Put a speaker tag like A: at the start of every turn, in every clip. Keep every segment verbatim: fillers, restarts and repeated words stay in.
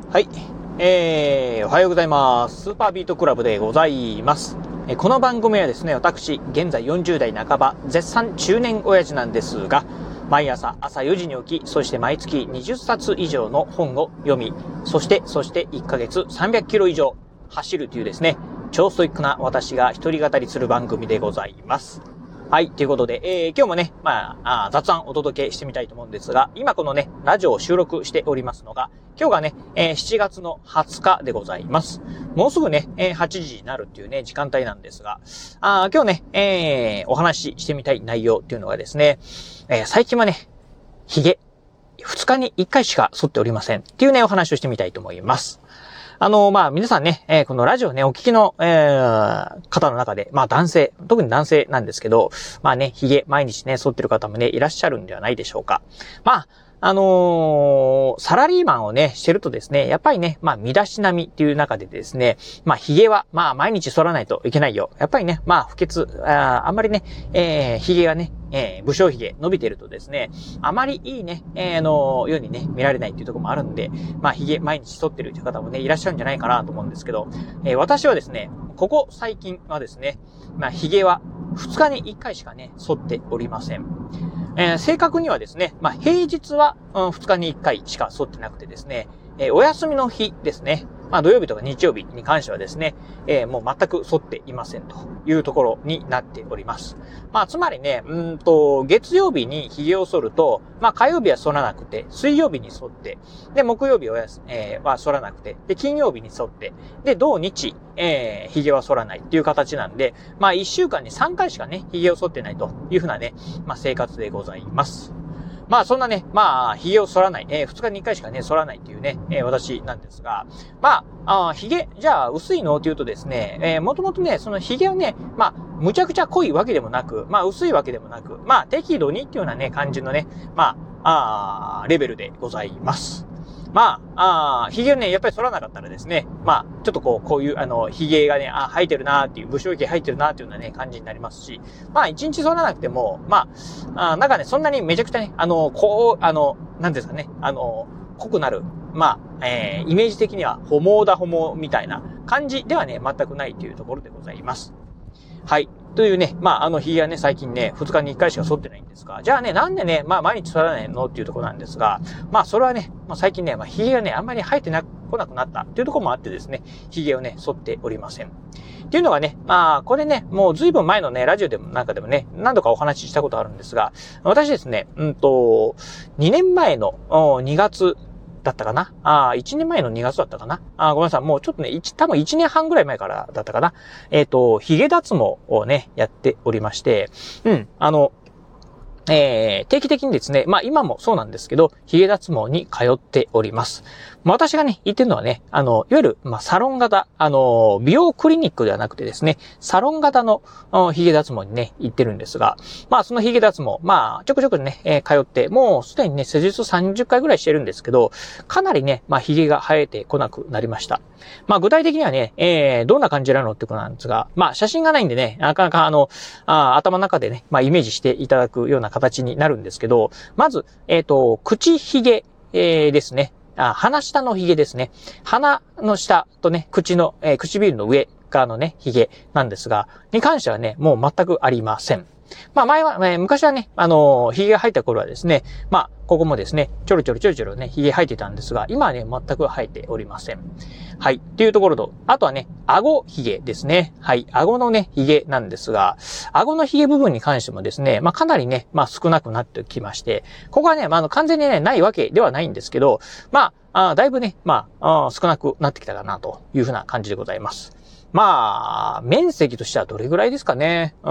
A: はい。えー、おはようございます。スーパービートクラブでございます。えこの番組はですね、私、現在よんじゅう代半ば、絶賛中年親父なんですが、毎朝朝よじに起き、そして毎月にじゅっさつ以上の本を読み、そして、そしていっかげつさんびゃくキロ以上走るというですね、超ストイックな私が一人語りする番組でございます。はい。ということで、えー、今日もね、まあ、あ雑談お届けしてみたいと思うんですが、今このね、ラジオを収録しておりますのが、今日がね、えー、しちがつのはつかでございます。もうすぐね、えー、はちじになるっていうね、時間帯なんですが、あ今日ね、えー、お話ししてみたい内容っていうのがですね、えー、最近はね、髭、ふつかにいっかいしか剃っておりませんっていうね、お話をしてみたいと思います。あの、まあ、皆さんね、えー、このラジオね、お聞きの、えー、方の中で、まあ、男性、特に男性なんですけど、まあね、髭、毎日ね、剃ってる方もね、いらっしゃるんではないでしょうか。まあ、あのー、サラリーマンをね、してるとですね、やっぱりね、まあ、身だしなみっていう中でですね、まあ、髭は、まあ、毎日剃らないといけないよ。やっぱりね、まあ、不潔、あ, あんまりね、えー、髭がね、えー、武将髭伸びてるとですね、あまりいいね、えー、の、ようにね、見られないっていうところもあるんで、まあ、髭毎日剃ってるという方もね、いらっしゃるんじゃないかなと思うんですけど、えー、私はですね、ここ最近はですね、まあ、髭はふつかにいっかいしかね、剃っておりません。えー、正確にはですね、まあ、平日は、うん、ふつかにいっかいしか剃ってなくてですね、えー、お休みの日ですね、まあ、土曜日とか日曜日に関してはですね、えー、もう全く剃っていませんというところになっております。まあ、つまりね、うんと、月曜日に髭を剃ると、まあ、火曜日は剃らなくて、水曜日に剃って、で、木曜日は、えー、は剃らなくて、で、金曜日に剃って、で、土日、えー、髭は剃らないっていう形なんで、まあ、いっしゅうかんにさんかいしかね、髭を剃ってないというふうなね、まあ、生活でございます。まあそんなね、まあ髭を剃らない、えー、ふつかにいっかいしかね、剃らないっていうね、えー、私なんですが、まあ、あ髭、じゃあ薄いのって言うとですね、えー、もともとね、その髭をね、まあ、むちゃくちゃ濃いわけでもなく、まあ薄いわけでもなく、まあ適度にっていうようなね、感じのね、まあ、あレベルでございます。まあ、あ髭をね、やっぱり剃らなかったらですね、まあ、ちょっとこう、こういう、あの、髭がね、あ、生えてるなーっていう、武将髭生えてるなーっていうようなね、感じになりますし、まあ、一日剃らなくても、まあ、あなんかね、そんなにめちゃくちゃね、あの、こう、あの、なんですかね、あの、濃くなる、まあ、えー、イメージ的には、ホモだホモみたいな感じではね、全くないというところでございます。はい。というね、まあ、あの、髭はね、最近ね、ふつかにいっかいしか剃ってないんですが、じゃあね、なんでね、まあ、毎日剃らないのっていうところなんですが、まあ、それはね、まあ、最近ね、まあ、髭がね、あんまり生えてな、来なくなったっていうところもあってですね、髭をね、剃っておりません。っていうのがね、まあ、これね、もう随分前のね、ラジオでもなんかでもね、何度かお話ししたことあるんですが、私ですね、うんと、にねんまえのにがつ、だったかなあいちねんまえのにがつだったかなあごめんなさい。もうちょっとね、多分いちねんはんぐらい前からだったかなえっと、髭脱毛をね、やっておりまして、うん、あの、えー、定期的にですね、まあ今もそうなんですけど、髭脱毛に通っております。私がね、言ってるのはね、あの、いわゆる、まあサロン型、あの、美容クリニックではなくてですね、サロン型の髭脱毛にね、行ってるんですが、まあその髭脱毛、まあちょくちょくね、えー、通って、もうすでにね、施術さんじゅっかいぐらいしてるんですけど、かなりね、まあ髭が生えてこなくなりました。まあ具体的にはね、えー、どんな感じなのってことなんですが、まあ写真がないんでね、なかなかあの、あ頭の中でね、まあイメージしていただくような形になるんですけど、まず、えっと、口髭、えー、ですね。あ、鼻下の髭ですね。鼻の下とね、口の、えー、唇の上側のね、髭なんですが、に関してはね、もう全くありません。まあ前は、えー、昔はね、あのー、髭が生えた頃はですね、まあ、ここもですね、ちょろちょろちょろちょろね、髭生えてたんですが、今はね、全く生えておりません。はい。っていうところと、あとはね、顎髭ですね。はい。顎のね、髭なんですが、顎の髭部分に関してもですね、まあかなりね、まあ少なくなってきまして、ここはね、まああの完全にね、ないわけではないんですけど、まあ、あだいぶね、まああ、少なくなってきたかなというふうな感じでございます。まあ、面積としてはどれぐらいですかね。うん、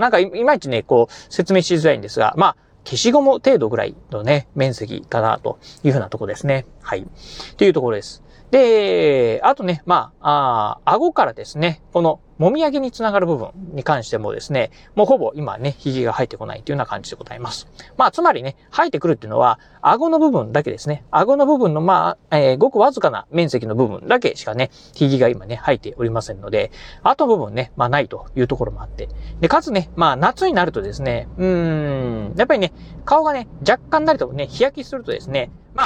A: なんかい、いまいちね、こう、説明しづらいんですが、まあ、消しゴム程度ぐらいのね、面積かなというふうなところですね。はい。というところです。で、あとね、まあ、あ顎からですね、この、もみあげにつながる部分に関してもですね、もうほぼ今ね、髭が生えてこないというような感じでございます。まあ、つまりね、生えてくるっていうのは、顎の部分だけですね。顎の部分の、まあ、えー、ごくわずかな面積の部分だけしかね、髭が今ね、生えておりませんので、あと部分ね、まあ、ないというところもあって。で、かつね、まあ、夏になるとですね、うーん、やっぱりね、顔がね、若干なりとね、日焼けするとですね、まあ、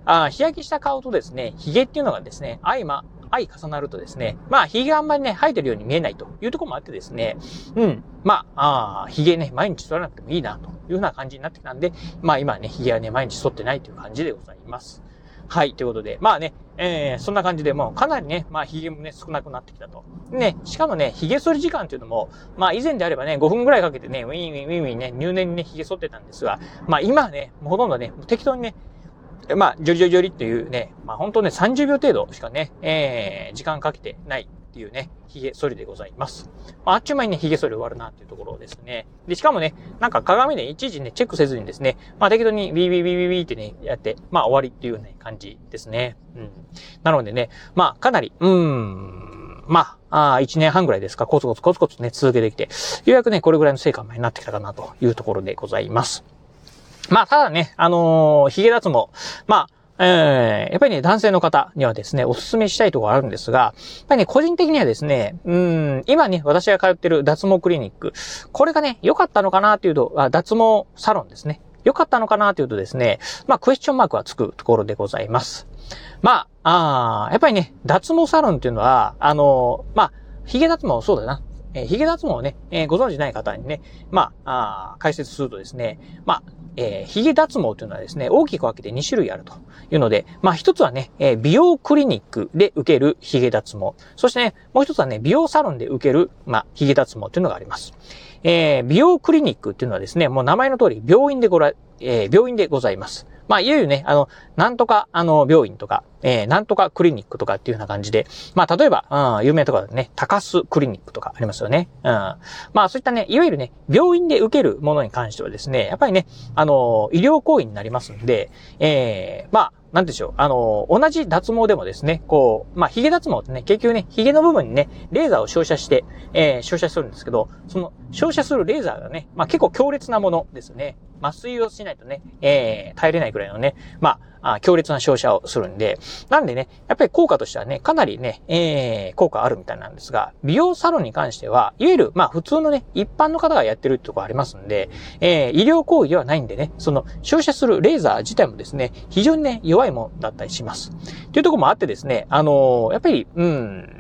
A: あ日焼けした顔とですね、髭っていうのがですね、相ま、相重なるとですね、まあ、髭があんまりね、生えてるように見えないというところもあってですね、うん、まあ、あ髭ね、毎日剃らなくてもいいな、というような感じになってきたんで、まあ今ね、髭はね、毎日剃ってないという感じでございます。はい、ということで、まあね、えー、そんな感じでもうかなりね、まあ髭もね、少なくなってきたと。ね、しかもね、髭剃り時間っていうのも、まあ以前であればね、ごふんぐらいかけてね、ウィンウィンウィンウィンね、入念にね、髭剃ってたんですが、まあ今はね、もうほとんどね、適当にね、まあ、ジョリジョリジョリっていうね、まあ本当ね、さんじゅうびょう程度しかね、えー、時間かけてないっていうね、髭剃りでございます。まあ、あっちゅう間にね、髭剃り終わるなっていうところですね。で、しかもね、なんか鏡でいちいちね、チェックせずにですね、まあ適当にビービービービービーってね、やって、まあ終わりっていうね、感じですね。うん。なのでね、まあかなり、うーん、まあ、あいちねんはんぐらいですか、コツコツコツコツね、続けてきて、ようやくね、これぐらいの成果になってきたかなというところでございます。まあ、ただね、あのー、髭脱毛。まあ、えー、やっぱりね、男性の方にはですね、お勧めしたいところあるんですが、やっぱりね、個人的にはですね、うん、今ね、私が通ってる脱毛クリニック、これがね、良かったのかなっていうと、あ脱毛サロンですね。良かったのかなというとですね、まあ、クエスチョンマークはつくところでございます。まあ、あやっぱりね、脱毛サロンっていうのは、あのー、まあ、髭脱毛そうだな。えー、髭脱毛をね、えー、ご存知ない方にね、まあ、あ解説するとですね、まあ、えー、髭脱毛というのはですね、大きく分けてに種類あるというので、まあ一つはね、えー、美容クリニックで受ける髭脱毛。そしてね、もう一つはね、美容サロンで受ける、まあ、髭脱毛というのがあります。えー、美容クリニックっていうのはですね、もう名前の通り病院でごら、えー、病院でございます。まあ、いわゆるね、あの、なんとか、あの、病院とか、えー、なんとかクリニックとかっていうような感じで、まあ、例えば、うん、有名とかでね、高須クリニックとかありますよね。うん。まあ、そういったね、いわゆるね、病院で受けるものに関してはですね、やっぱりね、あの、医療行為になりますんで、えー、まあ、なんでしょう。あの、同じ脱毛でもですね、こう、まあ、髭脱毛ってね、結局ね、髭の部分にね、レーザーを照射して、えー、照射するんですけど、その、照射するレーザーがね、まあ、結構強烈なものですね。麻酔をしないとね、えー、耐えれないくらいのね、まあ、あ強烈な照射をするんで、なんでね、やっぱり効果としてはね、かなりね、えー、効果あるみたいなんですが、美容サロンに関しては、いわゆる、まあ、普通のね、一般の方がやってるってところありますんで、えー、医療行為ではないんでね、その、照射するレーザー自体もですね、非常にね、弱いものだったりします。というところもあってですね、あのー、やっぱり、うん、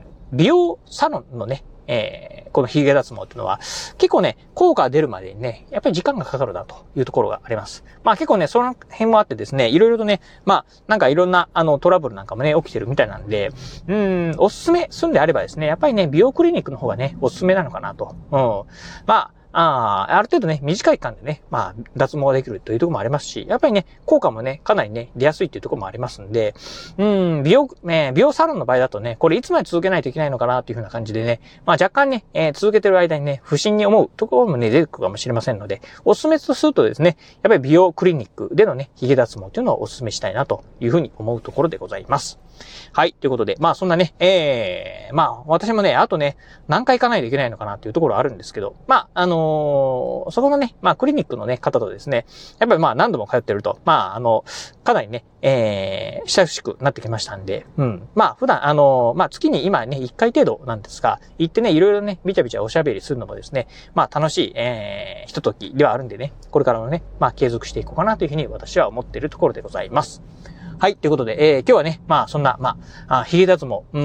A: 美容サロンのね、えー、この髭脱毛っていうのは、結構ね、効果が出るまでにね、やっぱり時間がかかるなというところがあります。まあ結構ね、その辺もあってですね、いろいろとね、まあ、なんかいろんな、あの、トラブルなんかもね、起きてるみたいなんで、うーん、おすすめするんであればですね、やっぱりね、美容クリニックの方がね、おすすめなのかなと。うん。まあ、ああ、ある程度ね、短い期間でね、まあ、脱毛ができるというところもありますし、やっぱりね、効果もね、かなりね、出やすいというところもありますんで、うん、美容、ね、美容サロンの場合だとね、これいつまで続けないといけないのかなというふうな感じでね、まあ若干ね、えー、続けてる間にね、不審に思うところもね、出てくるかもしれませんので、おすすめとするとですね、やっぱり美容クリニックでのね、髭脱毛というのをおすすめしたいなというふうに思うところでございます。はい、ということで、まあそんなね、えー、まあ私もね、あとね、何回行かないといけないのかなというところはあるんですけど、まあ、あのー、そこのね、まあクリニックのね、方とですね、やっぱりまあ何度も通ってると、まああの、かなりね、えー、親しくなってきましたんで、うん。まあ普段、あのー、まあ月に今ね、いっかい程度なんですが、行ってね、いろいろね、びちゃびちゃおしゃべりするのもですね、まあ楽しい、えー、ひとときではあるんでね、これからもね、まあ継続していこうかなというふうに私は思っているところでございます。はい。ということで、えー、今日はね、まあ、そんな、まあ、髭脱毛、うん、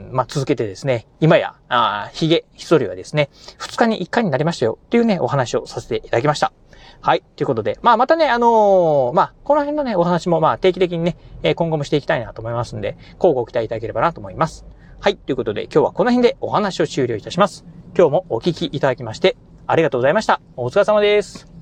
A: まあ、続けてですね、今や、あ髭、ひそりはですね、ふつかにいっかいになりましたよ、っていうね、お話をさせていただきました。はい。ということで、まあ、またね、あのー、まあ、この辺のね、お話も、まあ、定期的にね、えー、今後もしていきたいなと思いますんで、交互期待いただければなと思います。はい。ということで、今日はこの辺でお話を終了いたします。今日もお聞きいただきまして、ありがとうございました。お疲れ様です。